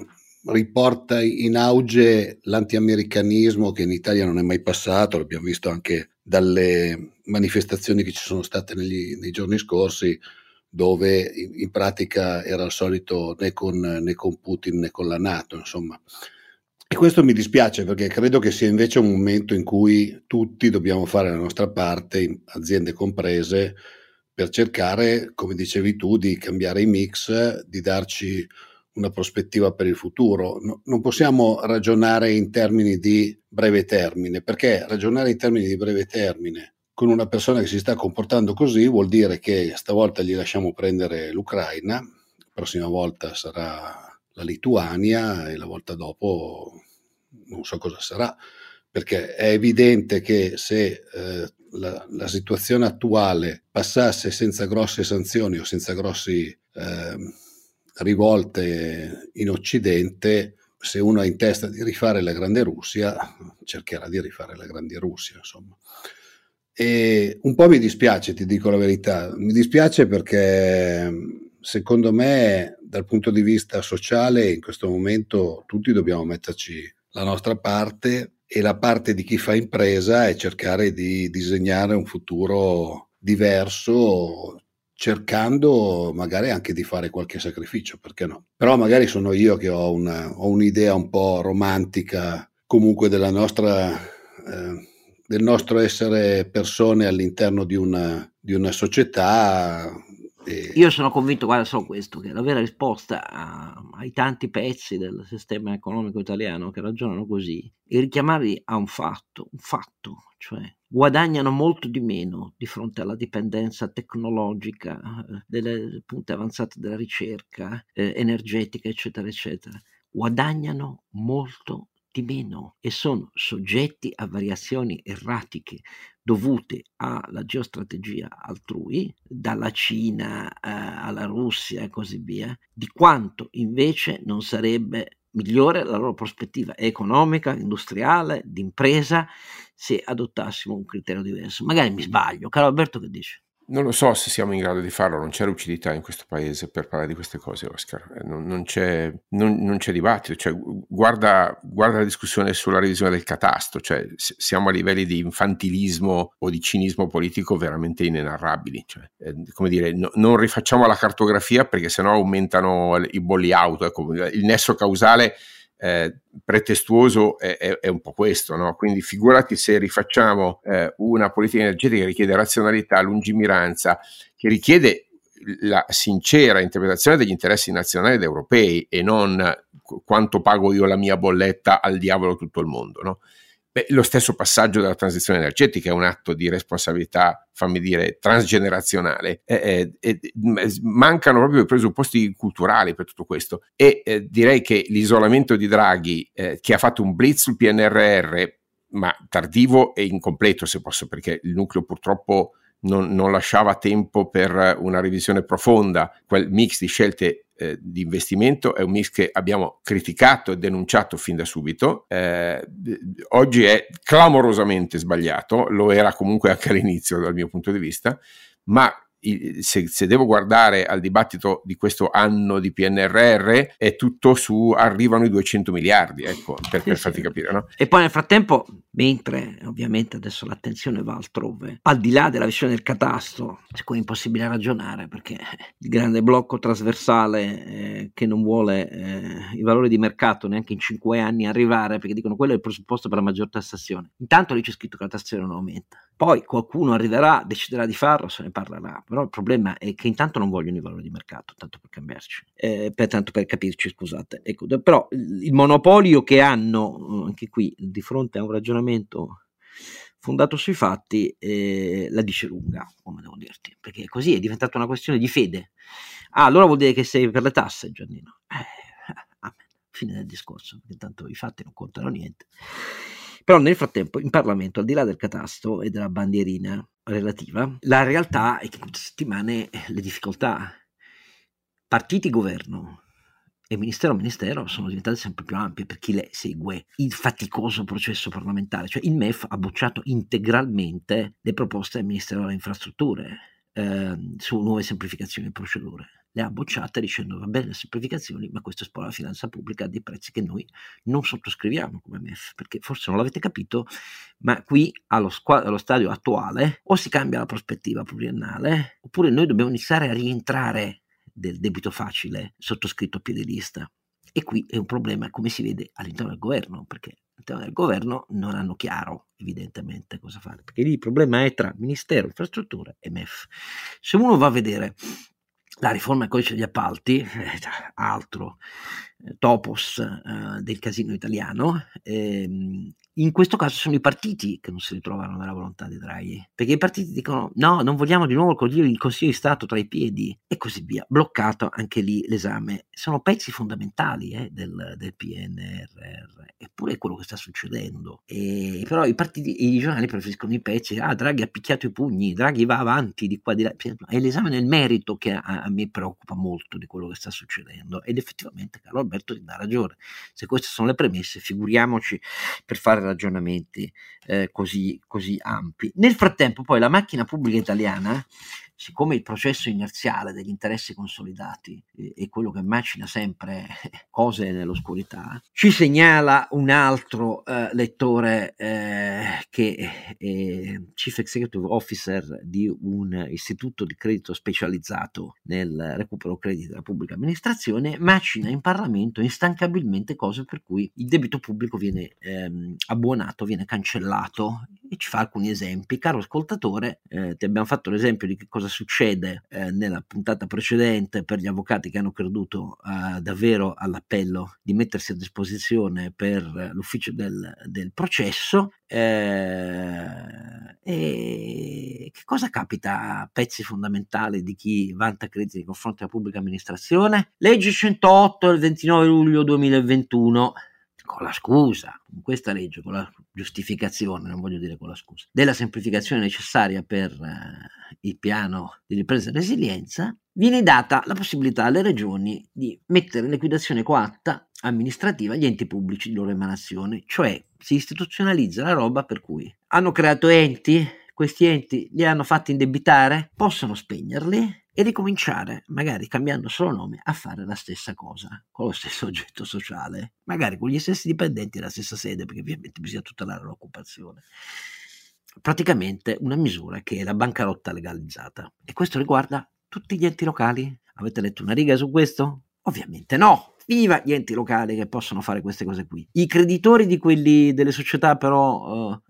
riporta in auge l'anti-americanismo che in Italia non è mai passato, l'abbiamo visto anche dalle manifestazioni che ci sono state negli, nei giorni scorsi, dove in, in pratica era il solito né con, né con Putin né con la NATO, insomma. E questo mi dispiace perché credo che sia invece un momento in cui tutti dobbiamo fare la nostra parte, aziende comprese, per cercare, come dicevi tu, di cambiare i mix, di darci una prospettiva per il futuro. No, non possiamo ragionare in termini di breve termine, perché ragionare in termini di breve termine con una persona che si sta comportando così vuol dire che stavolta gli lasciamo prendere l'Ucraina, la prossima volta sarà la Lituania e la volta dopo non so cosa sarà, perché è evidente che se eh, la, la situazione attuale passasse senza grosse sanzioni o senza grossi eh, rivolte in Occidente, se uno ha in testa di rifare la grande Russia, cercherà di rifare la grande Russia, insomma. E un po' mi dispiace, ti dico la verità, mi dispiace perché secondo me dal punto di vista sociale in questo momento tutti dobbiamo metterci la nostra parte e la parte di chi fa impresa è cercare di disegnare un futuro diverso, cercando magari anche di fare qualche sacrificio, perché no? Però magari sono io che ho, una, ho un'idea un po' romantica comunque della nostra, eh, del nostro essere persone all'interno di una, di una società. E... Io sono convinto, guarda, solo questo, che la vera risposta a, ai tanti pezzi del sistema economico italiano che ragionano così è richiamarli a un fatto, un fatto, cioè guadagnano molto di meno di fronte alla dipendenza tecnologica, eh, delle punte avanzate della ricerca, eh, energetica, eccetera, eccetera. Guadagnano molto di meno e sono soggetti a variazioni erratiche dovute alla geostrategia altrui, dalla Cina eh, alla Russia e così via, di quanto invece non sarebbe migliore la loro prospettiva economica, industriale, di impresa, se adottassimo un criterio diverso. Magari mi sbaglio. Caro Alberto, che dici? Non lo so se siamo in grado di farlo, non c'è lucidità in questo paese per parlare di queste cose, Oscar, non, non, c'è, non, non c'è dibattito, cioè, guarda, guarda la discussione sulla revisione del catasto, cioè, siamo a livelli di infantilismo o di cinismo politico veramente inenarrabili, cioè, eh, come dire, no, non rifacciamo la cartografia perché sennò aumentano i bolli auto, ecco, il nesso causale Eh, pretestuoso è, è, è un po' questo, no? Quindi figurati se rifacciamo eh, una politica energetica che richiede razionalità, lungimiranza, che richiede la sincera interpretazione degli interessi nazionali ed europei e non quanto pago io la mia bolletta al diavolo tutto il mondo, no? Beh, lo stesso passaggio della transizione energetica è un atto di responsabilità, fammi dire, transgenerazionale. Eh, eh, eh, mancano proprio i presupposti culturali per tutto questo e eh, direi che l'isolamento di Draghi, eh, che ha fatto un blitz sul P N R R, ma tardivo e incompleto, se posso, perché il nucleo purtroppo non, non lasciava tempo per una revisione profonda, quel mix di scelte Eh, di investimento è un mix che abbiamo criticato e denunciato fin da subito. Eh, oggi è clamorosamente sbagliato, lo era comunque anche all'inizio dal mio punto di vista, ma Se, se devo guardare al dibattito di questo anno di P N R R è tutto su arrivano i duecento miliardi, ecco, per, per farti capire, no? E poi nel frattempo, mentre ovviamente adesso l'attenzione va altrove, al di là della visione del catasto, su cui è impossibile ragionare perché il grande blocco trasversale eh, che non vuole eh, i valori di mercato neanche in cinque anni arrivare, perché dicono quello è il presupposto per la maggior tassazione. Intanto lì c'è scritto che la tassazione non aumenta, poi qualcuno arriverà, deciderà di farlo, se ne parlerà. Però il problema è che intanto non vogliono i valori di mercato, tanto per cambiarci, eh, per, tanto per capirci, scusate. Ecco, però il monopolio che hanno, anche qui, di fronte a un ragionamento fondato sui fatti, eh, la dice lunga, come devo dirti, perché così è diventata una questione di fede. Ah, allora vuol dire che sei per le tasse, Giannino? Eh, amen. Fine del discorso, perché tanto i fatti non contano niente. Però nel frattempo in Parlamento, al di là del catasto e della bandierina relativa, la realtà è che in queste settimane le difficoltà partiti governo e ministero ministero sono diventate sempre più ampie per chi le segue il faticoso processo parlamentare. Cioè il M E F ha bocciato integralmente le proposte del Ministero delle Infrastrutture eh, su nuove semplificazioni e procedure. Le ha bocciate dicendo va bene le semplificazioni, ma questo espone la finanza pubblica a dei prezzi che noi non sottoscriviamo come M E F, perché forse non l'avete capito, ma qui allo, squa- allo stadio attuale o si cambia la prospettiva pluriennale oppure noi dobbiamo iniziare a rientrare del debito facile sottoscritto a piede lista. E qui è un problema, come si vede, all'interno del governo, perché all'interno del governo non hanno chiaro evidentemente cosa fare, perché lì il problema è tra Ministero, Infrastrutture e M E F. Se uno va a vedere la riforma del codice degli appalti, eh, altro eh, topos eh, del casino italiano, ehm, in questo caso sono i partiti che non si ritrovano nella volontà di Draghi, perché i partiti dicono no, non vogliamo di nuovo il Consiglio, il Consiglio di Stato tra i piedi e così via, bloccato anche lì l'esame. Sono pezzi fondamentali eh, del, del P N R R, eppure è quello che sta succedendo. E, però i partiti, i giornali preferiscono i pezzi, ah Draghi ha picchiato i pugni, Draghi va avanti di qua di là, è l'esame nel merito che a, a me preoccupa molto di quello che sta succedendo ed effettivamente Carlo Alberto ti dà ragione, se queste sono le premesse figuriamoci per fare ragionamenti eh, così, così ampi. Nel frattempo poi la macchina pubblica italiana, siccome il processo inerziale degli interessi consolidati eh, è quello che macina sempre cose nell'oscurità, ci segnala un altro eh, lettore eh, che è Chief Executive Officer di un istituto di credito specializzato nel recupero crediti della pubblica amministrazione, macina in Parlamento instancabilmente cose per cui il debito pubblico viene ehm, abbuonato, viene cancellato, e ci fa alcuni esempi. Caro ascoltatore, eh, ti abbiamo fatto l'esempio di che cosa succede eh, nella puntata precedente per gli avvocati che hanno creduto eh, davvero all'appello di mettersi a disposizione per eh, l'ufficio del, del processo. Eh, e che cosa capita a pezzi fondamentali di chi vanta crediti nei confronti della pubblica amministrazione? Legge centootto del ventinove luglio duemilaventuno. con la scusa, con questa legge, con la giustificazione, non voglio dire con la scusa, della semplificazione necessaria per eh, il piano di ripresa e resilienza, viene data la possibilità alle regioni di mettere in liquidazione coatta amministrativa gli enti pubblici di loro emanazione, cioè si istituzionalizza la roba per cui hanno creato enti, questi enti li hanno fatti indebitare, possono spegnerli e ricominciare, magari cambiando solo nome, a fare la stessa cosa, con lo stesso oggetto sociale, magari con gli stessi dipendenti della stessa sede, perché ovviamente bisogna tutelare l'occupazione. Praticamente una misura che è la bancarotta legalizzata, e questo riguarda tutti gli enti locali. Avete letto una riga su questo? Ovviamente no. Viva gli enti locali che possono fare queste cose qui. I creditori di quelli delle società però uh,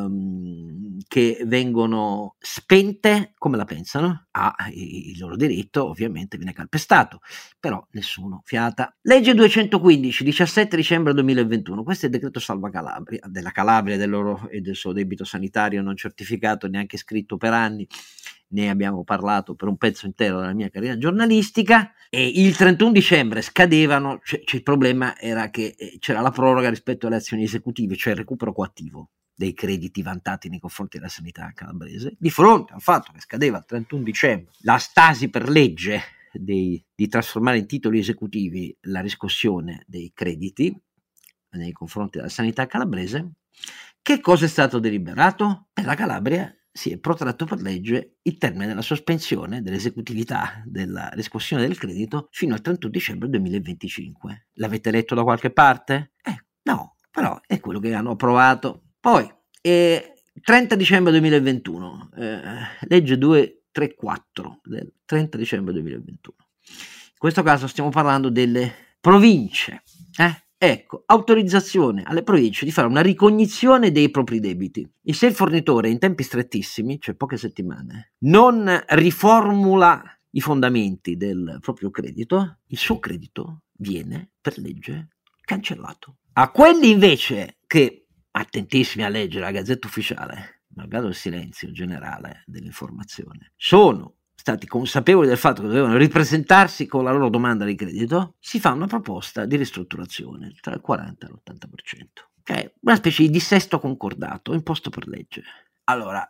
um, che vengono spente, come la pensano? Ah, il loro diritto ovviamente viene calpestato, però nessuno fiata. Legge duecentoquindici, diciassette dicembre duemilaventuno, questo è il decreto salva Calabria, della Calabria del loro, e del suo debito sanitario non certificato, neanche scritto per anni. Ne abbiamo parlato per un pezzo intero della mia carriera giornalistica, e il trentuno dicembre scadevano, cioè, cioè il problema era che c'era la proroga rispetto alle azioni esecutive, cioè il recupero coattivo dei crediti vantati nei confronti della sanità calabrese, di fronte al fatto che scadeva il trentuno dicembre la stasi per legge dei, di trasformare in titoli esecutivi la riscossione dei crediti nei confronti della sanità calabrese. Che cosa è stato deliberato? Per la Calabria si è protratto per legge il termine della sospensione dell'esecutività della riscossione del credito fino al trentuno dicembre duemilaventicinque. L'avete letto da qualche parte? Eh, no, però è quello che hanno approvato. Poi, eh, trenta dicembre duemilaventuno, eh, legge duecentotrentaquattro del trenta dicembre duemilaventuno. In questo caso stiamo parlando delle province, eh? Ecco, autorizzazione alle province di fare una ricognizione dei propri debiti. E se il fornitore in tempi strettissimi, cioè poche settimane, non riformula i fondamenti del proprio credito, il suo credito viene per legge cancellato. A quelli invece che, attentissimi a leggere la Gazzetta Ufficiale, malgrado il silenzio generale dell'informazione, sono stati consapevoli del fatto che dovevano ripresentarsi con la loro domanda di credito, si fa una proposta di ristrutturazione tra il quaranta e l'ottanta per cento, che è una specie di dissesto concordato imposto per legge. Allora,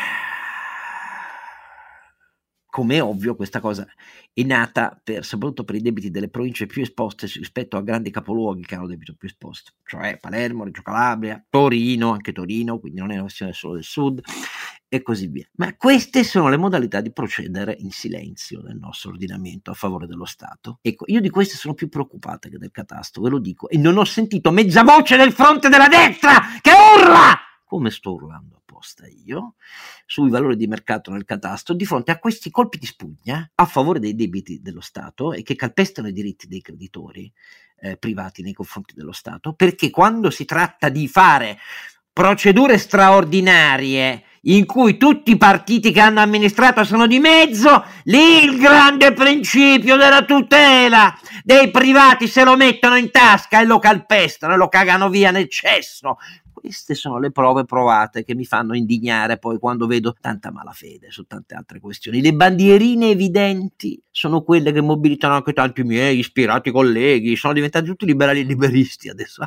come è ovvio, questa cosa è nata per, soprattutto per i debiti delle province più esposte rispetto a grandi capoluoghi che hanno debito più esposto, cioè Palermo, Reggio Calabria, Torino, anche Torino, quindi non è una questione solo del sud, e così via. Ma queste sono le modalità di procedere in silenzio nel nostro ordinamento a favore dello Stato. Ecco, io di queste sono più preoccupate che del catasto, ve lo dico, e non ho sentito mezza voce del fronte della destra che urla, come sto urlando apposta io, sui valori di mercato nel catasto, di fronte a questi colpi di spugna a favore dei debiti dello Stato e che calpestano i diritti dei creditori eh, privati nei confronti dello Stato, perché quando si tratta di fare procedure straordinarie in cui tutti i partiti che hanno amministrato sono di mezzo, lì il grande principio della tutela dei privati se lo mettono in tasca e lo calpestano e lo cagano via nel cesso. Queste sono le prove provate che mi fanno indignare poi quando vedo tanta malafede su tante altre questioni. Le bandierine evidenti sono quelle che mobilitano anche tanti miei ispirati colleghi, sono diventati tutti liberali e liberisti adesso.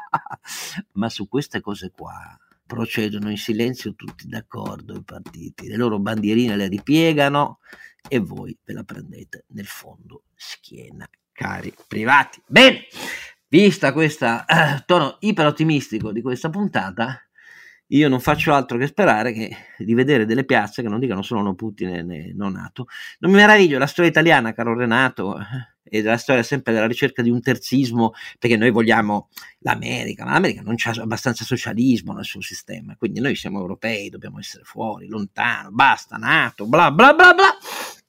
Ma su queste cose qua procedono in silenzio tutti d'accordo i partiti, le loro bandierine le ripiegano e voi ve la prendete nel fondo schiena, cari privati. Bene, vista questo eh, tono iperottimistico di questa puntata, io non faccio altro che sperare che di vedere delle piazze che non dicano solo no Putin né no NATO. Non mi meraviglio, la storia italiana, caro Renato, e della storia sempre della ricerca di un terzismo, perché noi vogliamo l'America, ma l'America non c'ha abbastanza socialismo nel suo sistema, quindi noi siamo europei, dobbiamo essere fuori, lontano, basta, NATO, bla bla bla bla.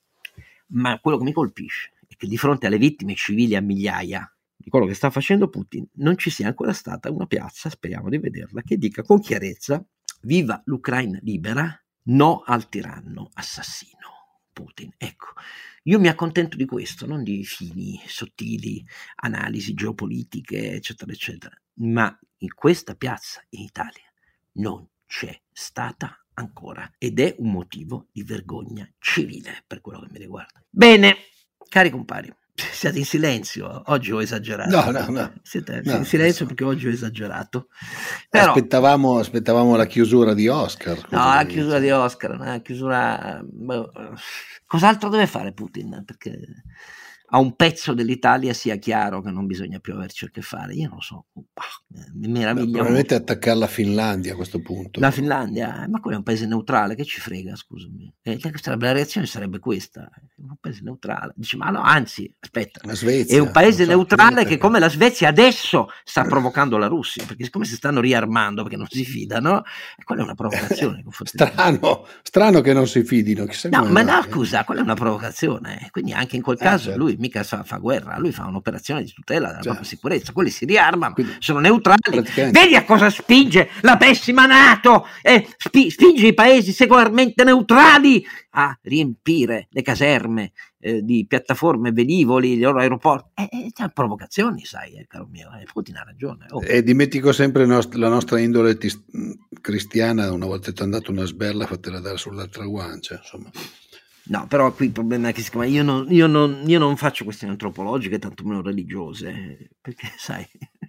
Ma quello che mi colpisce è che di fronte alle vittime civili a migliaia di quello che sta facendo Putin non ci sia ancora stata una piazza, speriamo di vederla, che dica con chiarezza: viva l'Ucraina libera, no al tiranno assassino Putin. Ecco, io mi accontento di questo, non di fini sottili, analisi geopolitiche, eccetera, eccetera, ma in questa piazza in Italia non c'è stata ancora ed è un motivo di vergogna civile per quello che mi riguarda. Bene, cari compari, Siete in silenzio, oggi ho esagerato. No, no, no. Siete no, in silenzio no. perché oggi ho esagerato. Però, aspettavamo, aspettavamo la chiusura di Oscar. No, la chiusura di Oscar, la chiusura... Boh, cos'altro deve fare Putin? Perché a un pezzo dell'Italia sia chiaro che non bisogna più averci a che fare. Io non lo so, mi meraviglia. Probabilmente attaccare la Finlandia a questo punto. La Finlandia, ma quello è un paese neutrale, che ci frega, scusami. Eh, la reazione sarebbe questa, è un paese neutrale. Dice, ma no, anzi, aspetta, la Svezia, è un paese so, neutrale che come la Svezia adesso sta provocando la Russia, perché siccome si stanno riarmando perché non si fidano, e quella è una provocazione. strano, strano che non si fidino. No, ma no, scusa, quella è una provocazione, quindi anche in quel caso eh, certo. lui mica fa, fa guerra, lui fa un'operazione di tutela della certo. propria sicurezza, quelli si riarmano, quindi, sono neutrali, vedi a cosa spinge la pessima NATO, eh, spi- spinge i paesi secolarmente neutrali a riempire le caserme eh, di piattaforme, velivoli, i loro aeroporti, eh, eh, c'è provocazioni, sai, eh, caro mio, eh, Putin ha ragione. Oh. E dimentico sempre nost- la nostra indole tis- cristiana, una volta ti è andata una sberla, fatela dare sull'altra guancia, insomma. No, però qui il problema è che siccome io non, io non, io non faccio questioni antropologiche, tanto meno religiose, perché sai,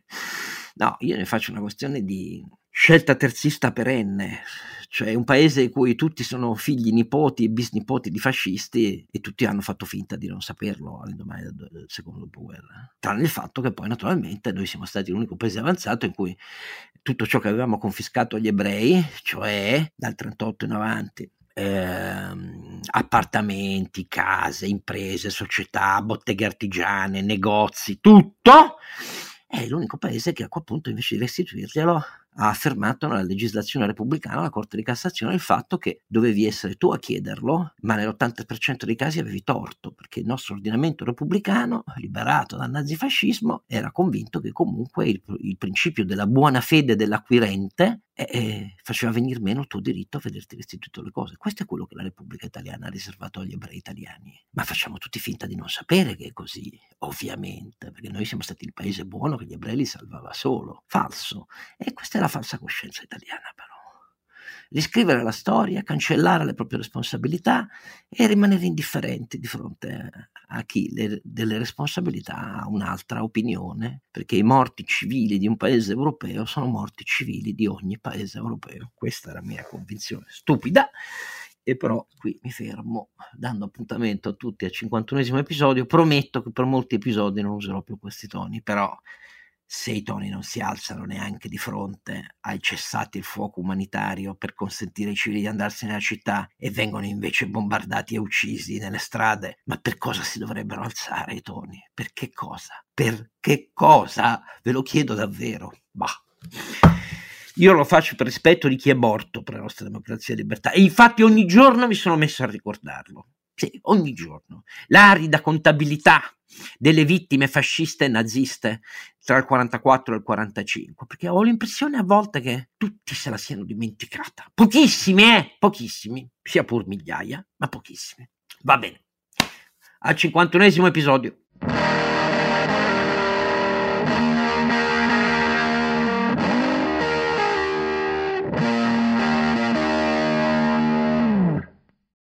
no, io ne faccio una questione di scelta terzista perenne, cioè un paese in cui tutti sono figli, nipoti e bisnipoti di fascisti e tutti hanno fatto finta di non saperlo all'indomani del secondo dopoguerra, tranne il fatto che poi naturalmente noi siamo stati l'unico paese avanzato in cui tutto ciò che avevamo confiscato agli ebrei, cioè dal trentotto in avanti, Eh, appartamenti, case, imprese, società, botteghe artigiane, negozi, tutto, è l'unico paese che a quel punto invece di restituirglielo ha affermato nella legislazione repubblicana, la Corte di Cassazione, il fatto che dovevi essere tu a chiederlo, ma nell'ottanta per cento dei casi avevi torto, perché il nostro ordinamento repubblicano, liberato dal nazifascismo, era convinto che comunque il, il principio della buona fede dell'acquirente eh, eh, faceva venir meno il tuo diritto a vederti restituito le cose. Questo è quello che la Repubblica Italiana ha riservato agli ebrei italiani. Ma facciamo tutti finta di non sapere che è così, ovviamente, perché noi siamo stati il paese buono che gli ebrei li salvava solo. Falso. E questa è la falsa coscienza italiana, però. Riscrivere la storia, cancellare le proprie responsabilità e rimanere indifferenti di fronte a chi le, delle responsabilità ha un'altra opinione, perché i morti civili di un paese europeo sono morti civili di ogni paese europeo. Questa è la mia convinzione stupida, e però qui mi fermo dando appuntamento a tutti al cinquantunesimo episodio. Prometto che per molti episodi non userò più questi toni, però se i toni non si alzano neanche di fronte ai cessati il fuoco umanitario per consentire ai civili di andarsene nella città e vengono invece bombardati e uccisi nelle strade, ma per cosa si dovrebbero alzare i toni? Per che cosa? Per che cosa? Ve lo chiedo davvero. Bah. Io lo faccio per rispetto di chi è morto per la nostra democrazia e libertà, e infatti ogni giorno mi sono messo a ricordarlo. Sì, ogni giorno. L'arida contabilità delle vittime fasciste e naziste tra il quarantaquattro e il quarantacinque, perché ho l'impressione a volte che tutti se la siano dimenticata. Pochissimi, eh? Pochissimi, sia pur migliaia, ma pochissimi. Va bene. Al cinquantunesimo episodio.